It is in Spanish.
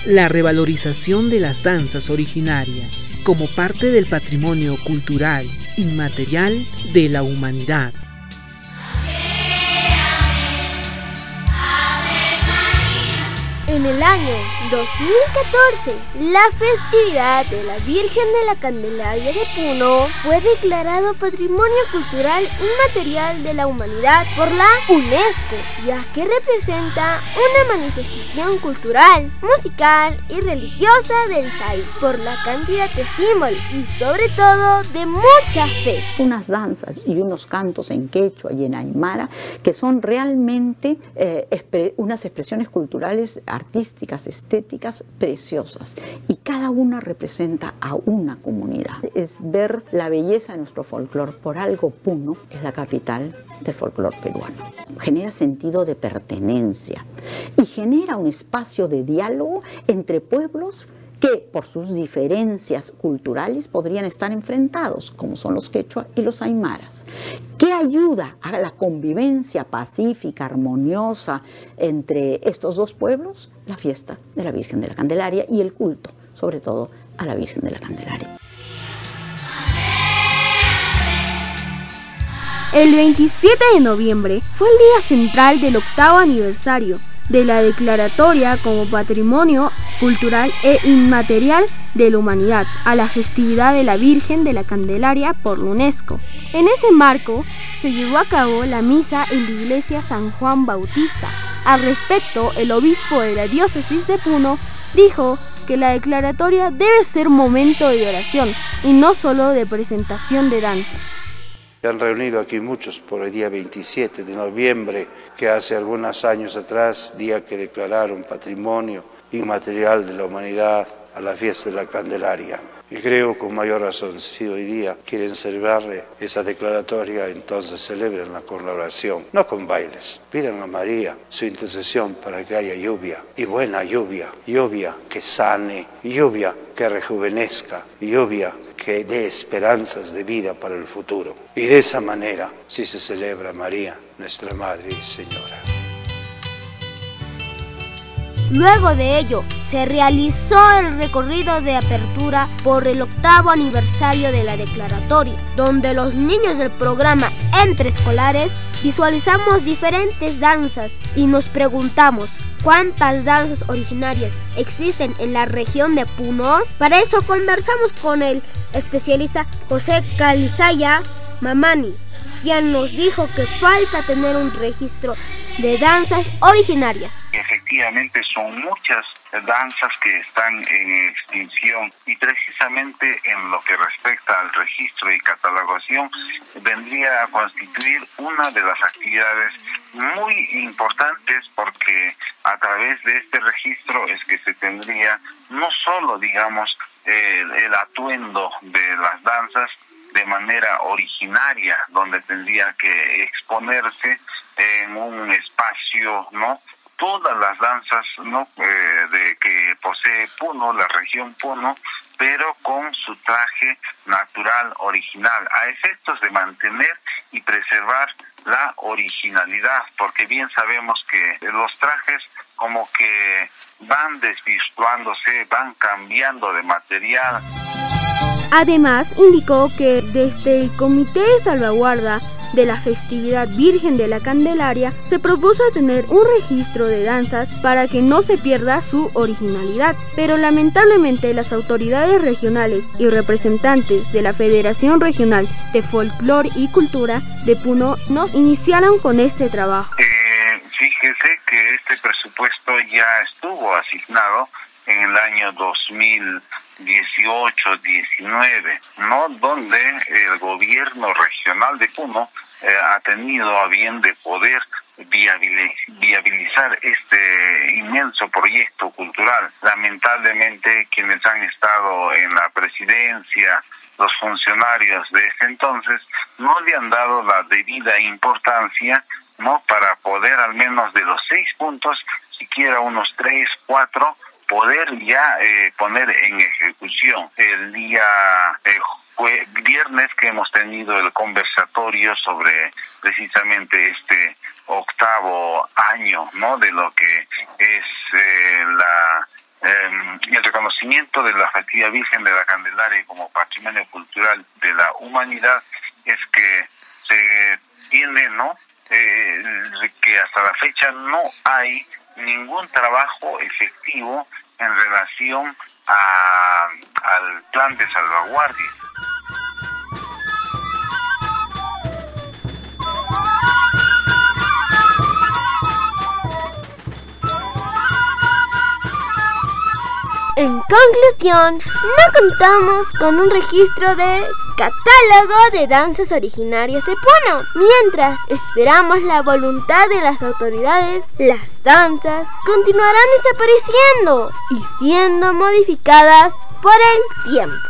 la revalorización de las danzas originarias como parte del patrimonio cultural inmaterial de la humanidad. En el año 2014, la festividad de la Virgen de la Candelaria de Puno fue declarado Patrimonio Cultural Inmaterial de la Humanidad por la UNESCO, ya que representa una manifestación cultural, musical y religiosa del país, por la cantidad de símbolos y sobre todo de mucha fe. Unas danzas y unos cantos en quechua y en aymara que son realmente unas expresiones culturales artísticas, estéticas preciosas, y cada una representa a una comunidad. Es ver la belleza de nuestro folclore. Por algo Puno es la capital del folclore peruano. Genera sentido de pertenencia y genera un espacio de diálogo entre pueblos que por sus diferencias culturales podrían estar enfrentados, como son los quechua y los aymaras. ¿Qué ayuda a la convivencia pacífica, armoniosa entre estos dos pueblos? La fiesta de la Virgen de la Candelaria y el culto, sobre todo, a la Virgen de la Candelaria. El 27 de noviembre fue el día central del 8º aniversario de la declaratoria como Patrimonio Cultural e Inmaterial de la Humanidad a la festividad de la Virgen de la Candelaria por la UNESCO. En ese marco se llevó a cabo la misa en la iglesia San Juan Bautista. Al respecto, el obispo de la diócesis de Puno dijo que la declaratoria debe ser momento de oración y no solo de presentación de danzas. Se han reunido aquí muchos por el día 27 de noviembre, que hace algunos años atrás, día que declararon Patrimonio Inmaterial de la Humanidad a la fiesta de la Candelaria. Y creo con mayor razón, si hoy día quieren celebrarle esa declaratoria, entonces celebrenla con la oración, no con bailes. Pidan a María su intercesión para que haya lluvia, y buena lluvia, lluvia que sane, lluvia que rejuvenezca, lluvia que dé esperanzas de vida para el futuro. Y de esa manera, si se celebra María, nuestra Madre y Señora. Luego de ello, se realizó el recorrido de apertura por el 8º aniversario de la declaratoria, donde los niños del programa Entre Escolares visualizamos diferentes danzas y nos preguntamos ¿cuántas danzas originarias existen en la región de Puno? Para eso conversamos con el especialista José Calizaya Mamani, quien nos dijo que falta tener un registro de danzas originarias. Efectivamente son muchas danzas que están en extinción y precisamente en lo que respecta al registro y catalogación vendría a constituir una de las actividades muy importantes, porque a través de este registro es que se tendría no solo, digamos, el atuendo de las danzas de manera originaria, donde tendría que exponerse en un espacio, ¿no?, todas las danzas, ¿no?, de que posee Puno, la región Puno, pero con su traje natural original, a efectos de mantener y preservar la originalidad, porque bien sabemos que los trajes como que van desvirtuándose, van cambiando de material. Además, indicó que desde el Comité de Salvaguarda de la festividad Virgen de la Candelaria se propuso tener un registro de danzas para que no se pierda su originalidad, pero lamentablemente las autoridades regionales y representantes de la Federación Regional de Folclore y Cultura de Puno no iniciaron con este trabajo. Fíjese que este presupuesto ya estuvo asignado en el año 2018-19, ¿no?, donde el gobierno regional de Puno ha tenido a bien de poder viabilizar este inmenso proyecto cultural. Lamentablemente, quienes han estado en la presidencia, los funcionarios de ese entonces, no le han dado la debida importancia, ¿no?, para poder al menos de los 6 puntos, siquiera unos 3, 4, poder ya poner en ejecución. El día viernes que hemos tenido el conversatorio sobre precisamente este 8º año, ¿no?, de lo que es el reconocimiento de la festividad Virgen de la Candelaria como patrimonio cultural de la humanidad es que se tiene, que hasta la fecha no hay ningún trabajo efectivo en relación al plan de salvaguardia. En conclusión, no contamos con un registro de catálogo de danzas originarias de Puno. Mientras esperamos la voluntad de las autoridades, las danzas continuarán desapareciendo y siendo modificadas por el tiempo.